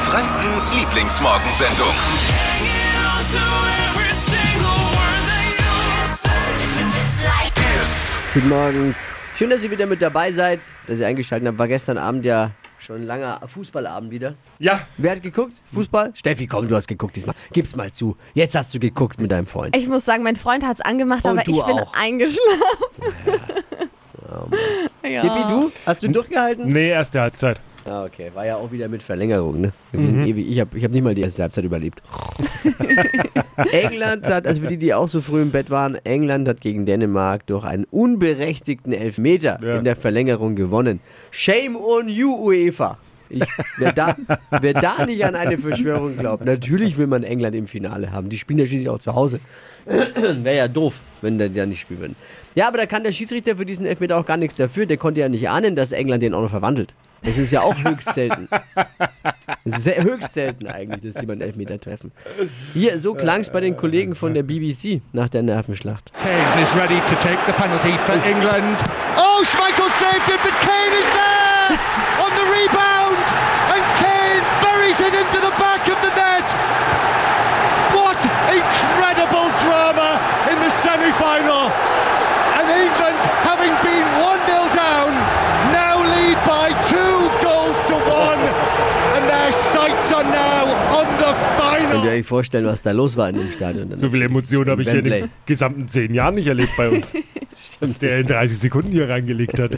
Frankens Lieblingsmorgensendung. Guten Morgen. Schön, dass ihr wieder mit dabei seid, dass ihr eingeschaltet habt. War gestern Abend ja schon ein langer Fußballabend wieder. Ja. Wer hat geguckt? Fußball? Steffi, komm, du hast geguckt diesmal. Gib's mal zu. Jetzt hast du geguckt mit deinem Freund. Ich muss sagen, mein Freund hat es angemacht, Und aber du ich bin auch. eingeschlafen. Ja. Dippi, du? Hast du durchgehalten? Nee, erste Halbzeit. Ah, okay. War ja auch wieder mit Verlängerung, ne? Ewig. Ich hab nicht mal die erste Halbzeit überlebt. England hat, also für die auch so früh im Bett waren, England hat gegen Dänemark durch einen unberechtigten Elfmeter in der Verlängerung gewonnen. Shame on you, UEFA. Wer da nicht an eine Verschwörung glaubt, natürlich will man England im Finale haben. Die spielen ja schließlich auch zu Hause. Wäre ja doof, wenn der nicht spielen würden. Ja, aber da kann der Schiedsrichter für diesen Elfmeter auch gar nichts dafür. Der konnte ja nicht ahnen, dass England den auch noch verwandelt. Das ist ja auch höchst selten. Das ist höchst selten eigentlich, dass jemand Elfmeter treffen. Hier, so klang es bei den Kollegen von der BBC nach der Nervenschlacht. Kane is ready to take the penalty for England. Oh, Schmeichel saved it, but Kane is there on the rebound, and Kane buries it into the back of the net. What incredible drama in the semi-final. And England, having been 1-0 down, now lead by 2 goals to 1. And their sights are now on the final. Könnt ihr euch vorstellen, was da los war in dem Stadion? So viele Emotionen habe ich hier in Wembley. den gesamten 10 Jahren nicht erlebt bei uns. Dass der in 30 Sekunden hier reingelegt hat.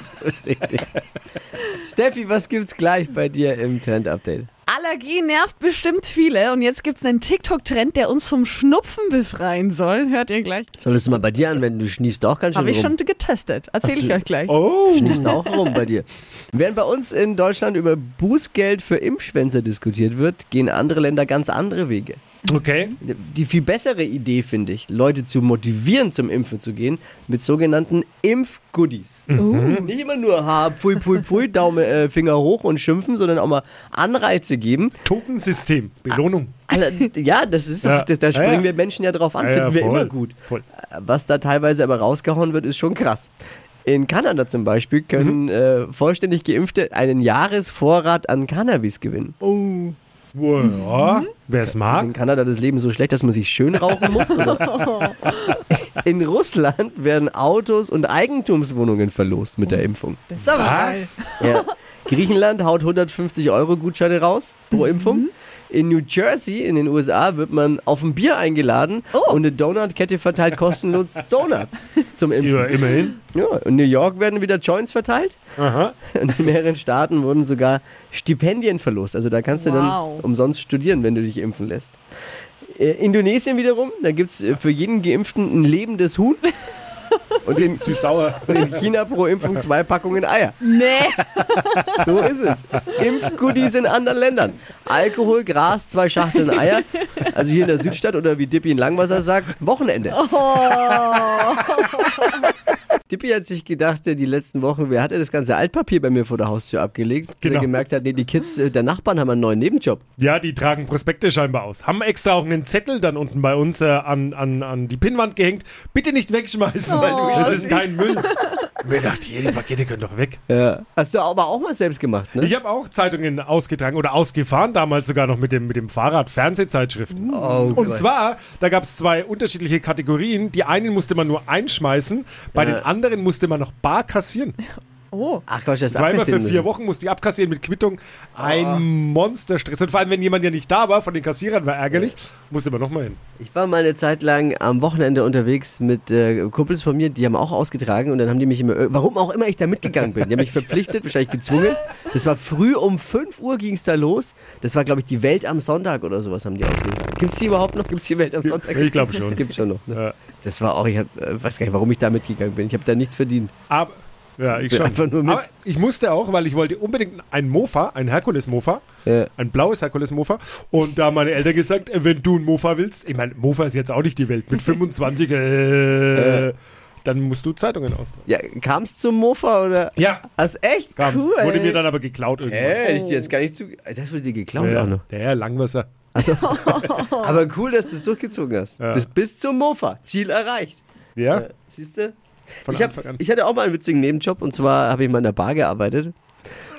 Steffi, was gibt's gleich bei dir im Trend-Update? Allergie nervt bestimmt viele und jetzt gibt es einen TikTok-Trend, der uns vom Schnupfen befreien soll. Hört ihr gleich. Solltest du mal bei dir anwenden, du schniefst auch ganz schön Habe ich rum. schon getestet. Erzähle ich euch gleich. Oh. Schniefst auch rum bei dir. Während bei uns in Deutschland über Bußgeld für Impfschwänzer diskutiert wird, gehen andere Länder ganz andere Wege. Okay. Die viel bessere Idee, finde ich, Leute zu motivieren, zum Impfen zu gehen, mit sogenannten Impfgoodies. Nicht immer nur pfui, pfui, pfui, Daumen, Finger hoch und schimpfen, sondern auch mal Anreize geben. Tokensystem. Belohnung. Ja, das ist Ja. da springen Ja. wir Menschen ja drauf an, Ja, finden wir voll. immer gut. Voll. Was da teilweise aber rausgehauen wird, ist schon krass. In Kanada zum Beispiel können vollständig Geimpfte einen Jahresvorrat an Cannabis gewinnen. Ja. Wer es Ist in mag. Kanada das Leben so schlecht, dass man sich schön rauchen muss? Oder? In Russland werden Autos und Eigentumswohnungen verlost mit der Impfung. Das ist aber geil. Was? Ja. Griechenland haut 150 € Gutscheine raus pro Impfung. In New Jersey, in den USA, wird man auf ein Bier eingeladen und eine Donutkette verteilt kostenlos Donuts zum Impfen. Ja, immerhin. Ja, in New York werden wieder Joints verteilt. Aha. Und in mehreren Staaten wurden sogar Stipendien verlost. Also da kannst du dann Wow. umsonst studieren, wenn du dich impfen lässt. Indonesien wiederum, da gibt es für jeden Geimpften ein lebendes Huhn. Und Süß-sauer. in China pro Impfung 2 Packungen Eier. Nee. So ist es. Impfgoodies in anderen Ländern. Alkohol, Gras, 2 Schachteln Eier. Also hier in der Südstadt oder wie Dippi in Langwasser sagt, Wochenende. Dippi hat sich gedacht, die letzten Wochen, wer hat das ganze Altpapier bei mir vor der Haustür abgelegt? Bis Genau. er gemerkt hat, nee, die Kids der Nachbarn haben einen neuen Nebenjob. Ja, die tragen Prospekte scheinbar aus. Haben extra auch einen Zettel dann unten bei uns an die Pinnwand gehängt. Bitte nicht wegschmeißen, weil das ist kein Müll. Und mir dachte, die Pakete können doch weg. Ja. Hast du aber auch mal selbst gemacht, ne? Ich habe auch Zeitungen ausgetragen oder ausgefahren, damals sogar noch mit dem Fahrrad, Fernsehzeitschriften. Oh Und Gott. zwar, da gab es 2 unterschiedliche Kategorien. Die einen musste man nur einschmeißen, bei den anderen musste man noch bar kassieren. Ach Quatsch, das ist Zweimal für abkassieren 4 müssen. Wochen musste ich abkassieren mit Quittung. Ein Monsterstress. Und vor allem, wenn jemand ja nicht da war, von den Kassierern war ärgerlich, musste man nochmal hin. Ich war mal eine Zeit lang am Wochenende unterwegs mit Kumpels von mir, die haben auch ausgetragen und dann haben die mich immer, warum auch immer ich da mitgegangen bin, die haben mich verpflichtet, wahrscheinlich gezwungen. Das war früh um 5 Uhr ging es da los. Das war, glaube ich, die Welt am Sonntag oder sowas haben die ausgetragen. Gibt es die überhaupt noch? Gibt es die Welt am Sonntag? Ich glaube schon. Gibt es schon noch. Ne? Ja. Das war auch, ich weiß gar nicht, warum ich da mitgegangen bin. Ich habe da nichts verdient. Aber, ja, ich bin schon. einfach nur mit. Aber ich musste auch, weil ich wollte unbedingt ein Mofa, ein Herkules-Mofa, Ja. ein blaues Herkules-Mofa. Und da haben meine Eltern gesagt, wenn du ein Mofa willst, ich meine, Mofa ist jetzt auch nicht die Welt, mit 25, dann musst du Zeitungen austragen. Ja, kam es zum Mofa oder? Ja, Das echt? kam's. Cool. Wurde mir dann aber geklaut irgendwann. Hätte ich dir jetzt gar nicht zu. Das wurde dir geklaut auch Ja, noch. der Langwasser. Aber cool, dass du es durchgezogen hast. Ja. Bis zum Mofa. Ziel erreicht. Ja, Siehst du? von Ich Anfang an. hatte auch mal einen witzigen Nebenjob und zwar habe ich mal in der Bar gearbeitet.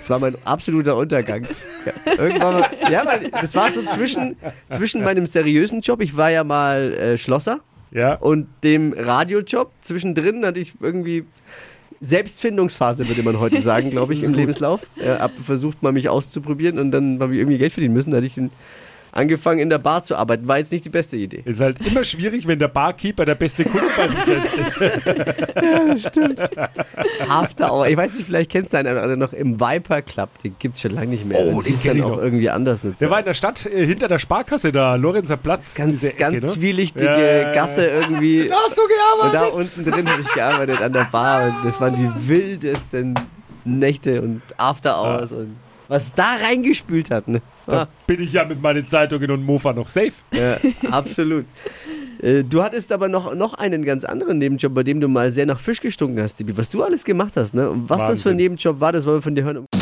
Das war mein absoluter Untergang. Ja, irgendwann mal, ja, weil das war so zwischen meinem seriösen Job, ich war ja mal Schlosser, und dem Radiojob. Zwischendrin hatte ich irgendwie Selbstfindungsphase, würde man heute sagen, glaube ich, im Lebenslauf. Versucht mal mich auszuprobieren und dann habe ich irgendwie Geld verdienen müssen. Da hatte ich angefangen in der Bar zu arbeiten. War jetzt nicht die beste Idee. Ist halt immer schwierig, wenn der Barkeeper der beste Kunde bei sich selbst ist. Ja, stimmt. After Hour. Ich weiß nicht, vielleicht kennst du einen oder anderen noch im Viper Club. Den gibt es schon lange nicht mehr. Oh, den ist dann auch irgendwie anders. Der war in der Stadt hinter der Sparkasse da, Lorenzer Platz. Ganz Ecke, ne? zwielichtige Gasse irgendwie. Da hast du gearbeitet. Und da unten drin habe ich gearbeitet an der Bar. Und das waren die wildesten Nächte und After Hours und was da reingespült hat. Ne? Da bin ich ja mit meinen Zeitungen und Mofa noch safe. Ja, absolut. Du hattest aber noch einen ganz anderen Nebenjob, bei dem du mal sehr nach Fisch gestunken hast, Dibi. Was du alles gemacht hast, ne? Und was Wahnsinn. das für ein Nebenjob war, das wollen wir von dir hören.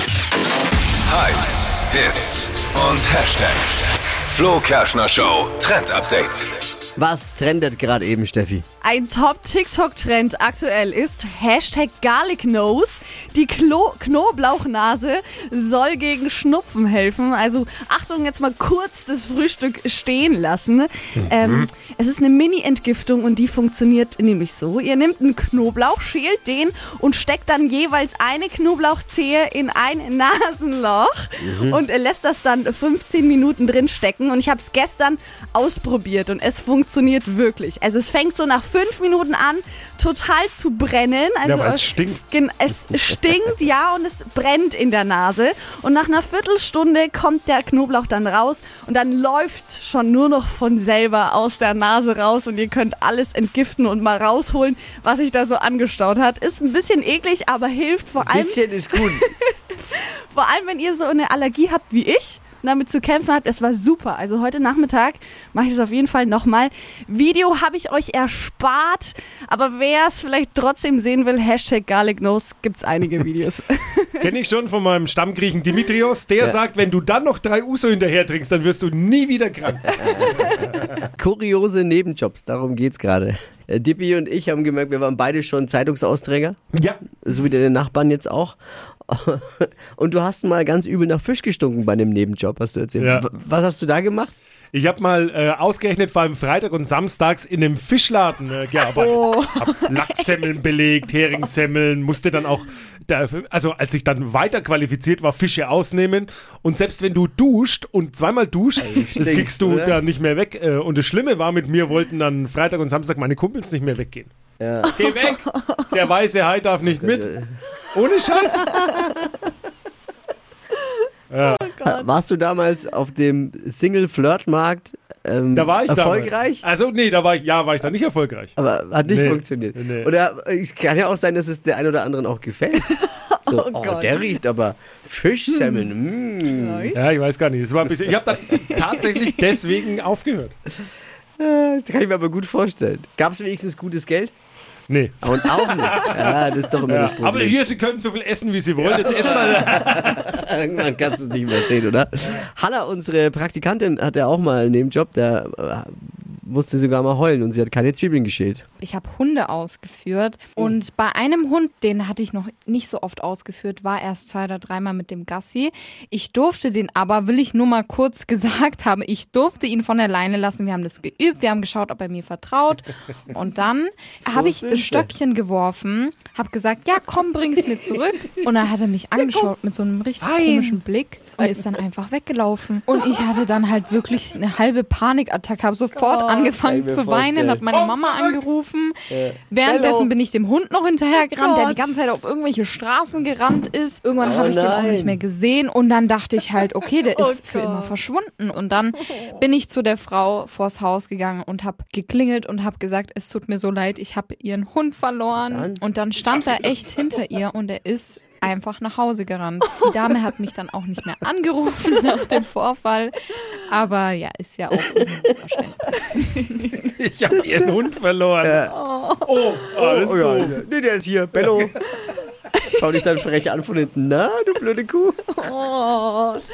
Hypes, Hits und Hashtags. Flo Kerschner Show Trend Update. Was trendet gerade eben, Steffi? Ein Top-TikTok-Trend aktuell ist #GarlicNose. Die Knoblauchnase soll gegen Schnupfen helfen. Also Achtung, jetzt mal kurz das Frühstück stehen lassen. Es ist eine Mini-Entgiftung und die funktioniert nämlich so. Ihr nehmt einen Knoblauch, schält den und steckt dann jeweils eine Knoblauchzehe in ein Nasenloch und lässt das dann 15 Minuten drin stecken. Und ich habe es gestern ausprobiert und es funktioniert wirklich. Also es fängt so nach 5 Minuten an, total zu brennen. Also, ja, weil es stinkt. Es stinkt, ja, und es brennt in der Nase. Und nach einer Viertelstunde kommt der Knoblauch dann raus und dann läuft es schon nur noch von selber aus der Nase raus und ihr könnt alles entgiften und mal rausholen, was sich da so angestaut hat. Ist ein bisschen eklig, aber hilft vor allem. Ein bisschen ist gut. Vor allem, wenn ihr so eine Allergie habt wie ich, damit zu kämpfen habt. Es war super. Also heute Nachmittag mache ich das auf jeden Fall nochmal. Video habe ich euch erspart, aber wer es vielleicht trotzdem sehen will, #GarlicNose, gibt's einige Videos. Kenne ich schon von meinem Stammgriechen Dimitrios. Der sagt, wenn du dann noch 3 Uso hinterher trinkst, dann wirst du nie wieder krank. Kuriose Nebenjobs, darum geht's gerade. Dippi und ich haben gemerkt, wir waren beide schon Zeitungsausträger. Ja. So wie deine Nachbarn jetzt auch. Und du hast mal ganz übel nach Fisch gestunken bei einem Nebenjob, hast du erzählt. Ja. Was hast du da gemacht? Ich habe mal ausgerechnet, vor allem Freitag und samstags in einem Fischladen gearbeitet. Hab Lachssemmeln belegt, Heringssemmeln, musste dann auch, also als ich dann weiter qualifiziert war, Fische ausnehmen. Und selbst wenn du duscht und zweimal duscht, das kriegst du oder? da nicht mehr weg. Und das Schlimme war, mit mir wollten dann Freitag und Samstag meine Kumpels nicht mehr weggehen. Ja. Geh weg! Der weiße Hai darf nicht mit. Ohne Scheiß. Ja. Warst du damals auf dem Single-Flirt-Markt Da war ich erfolgreich? Damals. Also nee, war ich da nicht erfolgreich. Aber hat nicht funktioniert. Nee. Oder es kann ja auch sein, dass es der ein oder anderen auch gefällt. So, Gott. Der riecht aber Fischsemmeln. Ja, ich weiß gar nicht. Es war ein bisschen, ich habe dann tatsächlich deswegen aufgehört. Das kann ich mir aber gut vorstellen. Gab es wenigstens gutes Geld? Nee. Und auch nicht. Ja, das ist doch immer das Problem. Aber hier, Sie können so viel essen, wie Sie wollen. Jetzt essen wir. Irgendwann kannst du es nicht mehr sehen, oder? Hannah, unsere Praktikantin, hat ja auch mal einen Nebenjob, da musste sogar mal heulen und sie hat keine Zwiebeln geschält. Ich habe Hunde ausgeführt und bei einem Hund, den hatte ich noch nicht so oft ausgeführt, war erst 2 oder 3 Mal mit dem Gassi. Ich durfte den aber, will ich nur mal kurz gesagt haben, ich durfte ihn von der Leine lassen. Wir haben das geübt, wir haben geschaut, ob er mir vertraut und dann habe ich das Stöckchen geworfen, habe gesagt, ja komm, bring es mir zurück und dann hat er mich angeschaut mit so einem richtig komischen Blick und ist dann einfach weggelaufen und ich hatte dann halt wirklich eine halbe Panikattacke, habe sofort angefangen zu weinen, habe meine Mama angerufen. Währenddessen bin ich dem Hund noch hinterher gerannt, der die ganze Zeit auf irgendwelche Straßen gerannt ist. Irgendwann habe ich den auch nicht mehr gesehen und dann dachte ich halt, okay, der ist für immer verschwunden. Und dann bin ich zu der Frau vors Haus gegangen und habe geklingelt und habe gesagt, es tut mir so leid, ich habe ihren Hund verloren. Und dann stand er echt hinter ihr und er ist einfach nach Hause gerannt. Die Dame hat mich dann auch nicht mehr angerufen nach dem Vorfall. Aber ja, ist ja auch unverständlich. Ich habe ihren Hund verloren. Oh, alles doof. Nee, der ist hier. Bello. Schau dich dann frech an von hinten. Na, du blöde Kuh.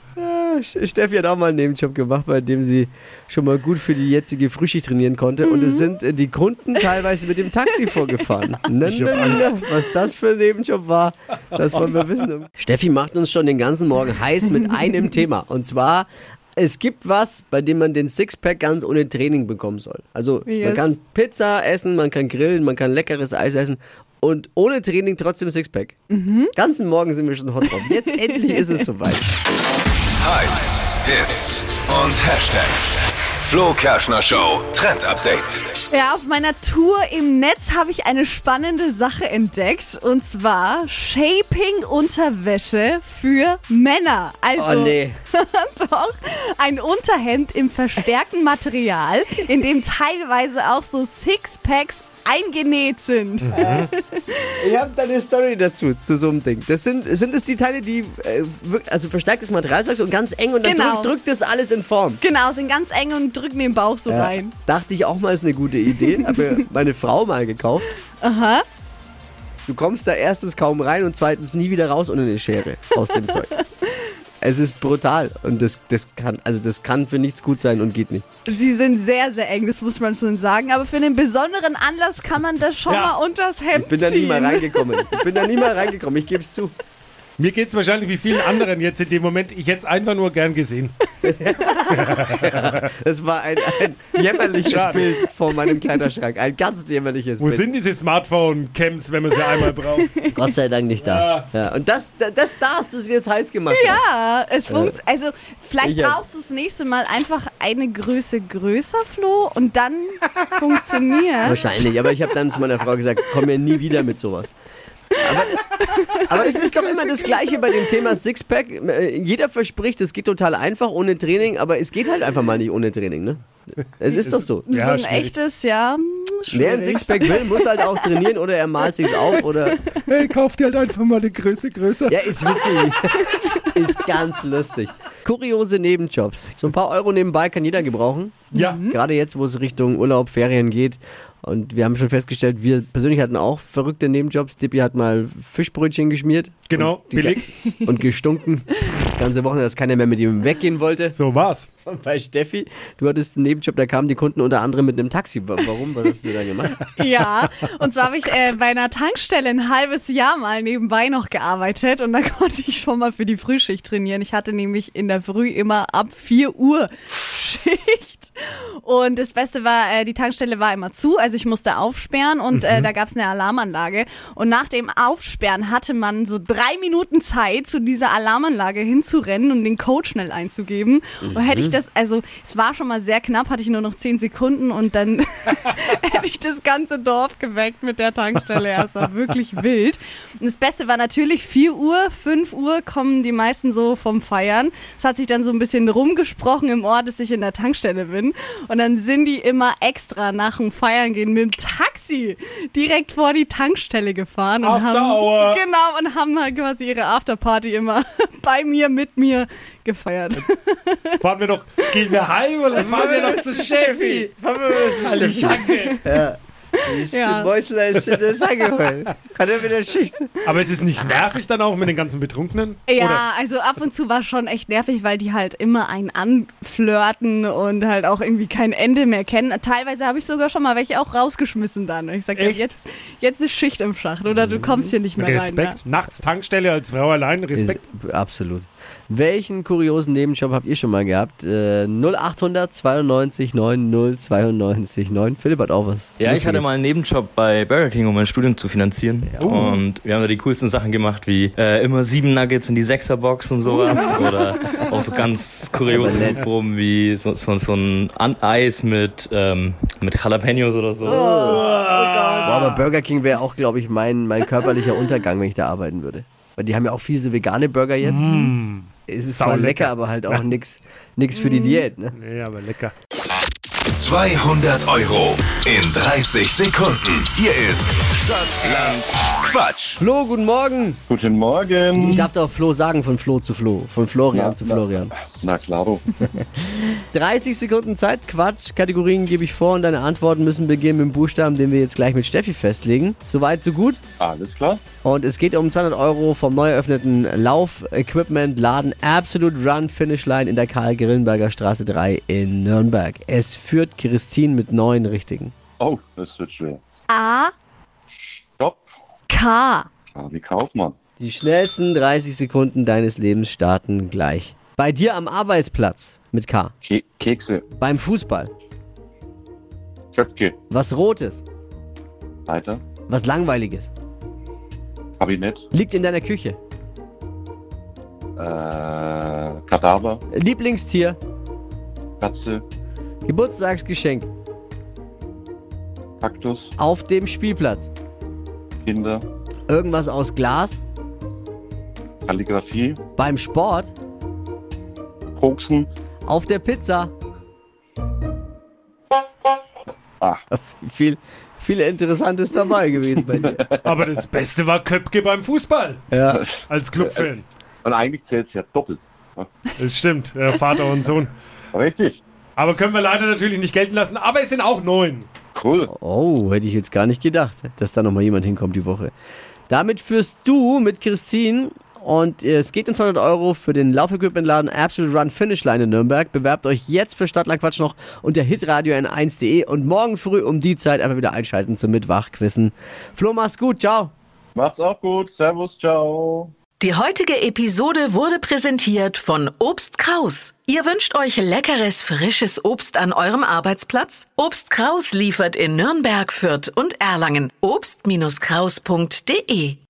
Steffi hat auch mal einen Nebenjob gemacht, bei dem sie schon mal gut für die jetzige Frühschicht trainieren konnte. Und es sind die Kunden teilweise mit dem Taxi vorgefahren. Was das für ein Nebenjob war, das wollen wir wissen. Steffi macht uns schon den ganzen Morgen heiß mit einem Thema. Und zwar, es gibt was, bei dem man den Sixpack ganz ohne Training bekommen soll. Also man kann Pizza essen, man kann grillen, man kann leckeres Eis essen. Und ohne Training trotzdem Sixpack. Ganzen Morgen sind wir schon hot drauf. Jetzt endlich ist es soweit. Hypes, Hits und Hashtags. Flo Kerschner Show Trend Update. Ja, auf meiner Tour im Netz habe ich eine spannende Sache entdeckt. Und zwar Shaping-Unterwäsche für Männer. Also, Oh nee. doch, ein Unterhemd im verstärkten Material, in dem teilweise auch so Sixpacks eingenäht sind. Ich habe da eine Story dazu, zu so einem Ding. Sind es die Teile, die also verstärktes Material sagst und ganz eng und dann Genau. drückt das alles in Form? Genau, sind ganz eng und drücken den Bauch so rein. Dachte ich auch mal, ist eine gute Idee. Habe mir meine Frau mal gekauft. Aha. Du kommst da erstens kaum rein und zweitens nie wieder raus ohne eine Schere aus dem Zeug. Es ist brutal und das kann für nichts gut sein und geht nicht. Sie sind sehr, sehr eng, das muss man schon sagen. Aber für einen besonderen Anlass kann man das schon mal unters Hemd Ich bin da nie ziehen. mal reingekommen. Ich gebe es zu. Mir geht es wahrscheinlich wie vielen anderen jetzt in dem Moment. Ich hätte es einfach nur gern gesehen. Das war ein jämmerliches Bild vor meinem Kleiderschrank. Ein ganz jämmerliches Wo Bild. sind diese Smartphone-Cams, wenn man sie einmal braucht? Gott sei Dank nicht da. Ja. Und das hast du es jetzt heiß gemacht. Ja, es funktioniert. Also, vielleicht Ich hab- brauchst du das nächste Mal einfach eine Größe größer, Flo, und dann funktioniert. Wahrscheinlich, aber ich habe dann zu meiner Frau gesagt, komm mir nie wieder mit sowas. Aber es ist doch immer das Gleiche bei dem Thema Sixpack. Jeder verspricht, es geht total einfach ohne Training, aber es geht halt einfach mal nicht ohne Training, ne? Es ist doch so. Ja, so ein schwierig. echtes, ja. Wer ein Sixpack will, muss halt auch trainieren oder er malt sich's auf oder... Hey, kauf dir halt einfach mal eine Größe größer. Ja, ist witzig. Ist ganz lustig. Kuriose Nebenjobs. So ein paar Euro nebenbei kann jeder gebrauchen. Ja. Gerade jetzt, wo es Richtung Urlaub, Ferien geht. Und wir haben schon festgestellt, wir persönlich hatten auch verrückte Nebenjobs. Dippi hat mal Fischbrötchen geschmiert. Genau, Und belegt. Und gestunken. Das ganze Wochenende, dass keiner mehr mit ihm weggehen wollte. So war's. Und bei Steffi, du hattest einen Nebenjob, da kamen die Kunden unter anderem mit einem Taxi. Warum? Was hast du da gemacht? Ja, und zwar habe ich bei einer Tankstelle ein halbes Jahr mal nebenbei noch gearbeitet und da konnte ich schon mal für die Frühschicht trainieren. Ich hatte nämlich in der Früh immer ab 4 Uhr Schicht und das Beste war, die Tankstelle war immer zu, also ich musste aufsperren und da gab es eine Alarmanlage und nach dem Aufsperren hatte man so 3 Minuten Zeit, zu dieser Alarmanlage hinzurennen und den Code schnell einzugeben. Und hätte ich das, also es war schon mal sehr knapp, hatte ich nur noch 10 Sekunden und dann hätte ich das ganze Dorf geweckt mit der Tankstelle. Ja, es war wirklich wild. Und das Beste war natürlich 4 Uhr, 5 Uhr kommen die meisten so vom Feiern. Es hat sich dann so ein bisschen rumgesprochen im Ort, dass ich in der Tankstelle bin. Und dann sind die immer extra nach dem Feiern gehen mit dem Taxi direkt vor die Tankstelle gefahren. Und After Hour. Genau, und haben halt quasi ihre Afterparty immer bei mir, mit mir gefeiert. Gehen wir heim oder fahren wir noch zu Steffi? Alle Schacke. Ja. Mäusler ist in der Sange holen. Hat er wieder Schicht. Aber es ist nicht nervig dann auch mit den ganzen Betrunkenen? Ja, Oder? also ab und zu war es schon echt nervig, weil die halt immer einen anflirten und halt auch irgendwie kein Ende mehr kennen. Teilweise habe ich sogar schon mal welche auch rausgeschmissen dann. Und ich sage, ja, jetzt ist Schicht im Schacht oder du kommst hier nicht mehr Respekt. rein. Ne? Nachts Tankstelle als Frau allein. Respekt. Absolut. Welchen kuriosen Nebenjob habt ihr schon mal gehabt? 0800 92 90 92 9. Philipp hat auch was. Ja, ich Lustiges. hatte mal einen Nebenjob bei Burger King, um mein Studium zu finanzieren. Und wir haben da die coolsten Sachen gemacht, wie immer 7 Nuggets in die 6er-Box und sowas. Oder auch so ganz kuriose Proben wie so ein Eis mit Jalapenos oder so. Boah, aber Burger King wäre auch, glaube ich, mein körperlicher Untergang, wenn ich da arbeiten würde. Weil die haben ja auch viele so vegane Burger jetzt. Es ist zwar lecker, aber halt auch nix für die Diät. Ne? Nee, aber lecker. 200 € in 30 Sekunden. Hier ist Stadtland Quatsch. Flo, guten Morgen. Guten Morgen. Ich darf doch Flo sagen, von Flo zu Flo. Von Florian zu Florian. Na klaro. 30 Sekunden Zeit, Quatsch. Kategorien gebe ich vor und deine Antworten müssen beginnen mit dem Buchstaben, den wir jetzt gleich mit Steffi festlegen. Soweit, so gut? Alles klar. Und es geht um 200 € vom neu eröffneten Lauf-Equipment-Laden Absolute Run Finish Line in der Karl-Grillenberger Straße 3 in Nürnberg. Es führt Christine mit 9 Richtigen. Oh, das wird schwer. A, Stopp. K. Wie Kaufmann. Die schnellsten 30 Sekunden deines Lebens starten gleich. Bei dir am Arbeitsplatz mit K. Kekse. Beim Fußball. Köpke. Was Rotes. Weiter. Was Langweiliges. Kabinett. Liegt in deiner Küche. Kadaver. Lieblingstier. Katze. Geburtstagsgeschenk. Kaktus. Auf dem Spielplatz. Kinder. Irgendwas aus Glas. Kalligrafie. Beim Sport. Koksen. Auf der Pizza. Viel Interessantes dabei gewesen bei dir. Aber das Beste war Köpke beim Fußball. Ja. Als Clubfan. Und eigentlich zählt es ja doppelt. Das stimmt, Vater und Sohn. Richtig. Aber können wir leider natürlich nicht gelten lassen. Aber es sind auch 9. Cool. Oh, hätte ich jetzt gar nicht gedacht, dass da nochmal jemand hinkommt die Woche. Damit führst du mit Christine und es geht um 200 € für den Laufequipmentladen Absolute Run Finish Line in Nürnberg. Bewerbt euch jetzt für Stadtland Quatsch noch unter hitradio n1.de und morgen früh um die Zeit einfach wieder einschalten zum Mitwachquissen. Flo, mach's gut, ciao. Macht's auch gut. Servus, ciao. Die heutige Episode wurde präsentiert von Obst Kraus. Ihr wünscht euch leckeres, frisches Obst an eurem Arbeitsplatz? Obst Kraus liefert in Nürnberg, Fürth und Erlangen. Obst-Kraus.de